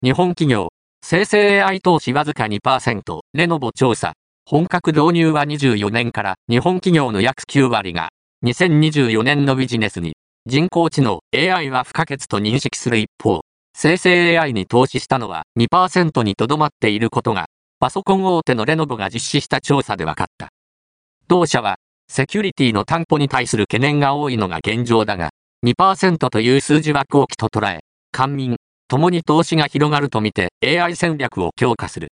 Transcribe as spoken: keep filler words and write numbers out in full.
日本企業、生成 エーアイ 投資わずか にパーセント、レノボ調査。本格導入はにじゅうよねんから日本企業の約きゅうわりがにせんにじゅうよねんのビジネスに人工知能 エーアイ は不可欠と認識する一方、生成 エーアイ に投資したのは にパーセント にとどまっていることがパソコン大手のレノボが実施した調査で分かった。同社はセキュリティの担保に対する懸念が多いのが現状だが、にパーセント という数字は好機と捉え、官民、共に投資が広がるとみて エーアイ 戦略を強化する。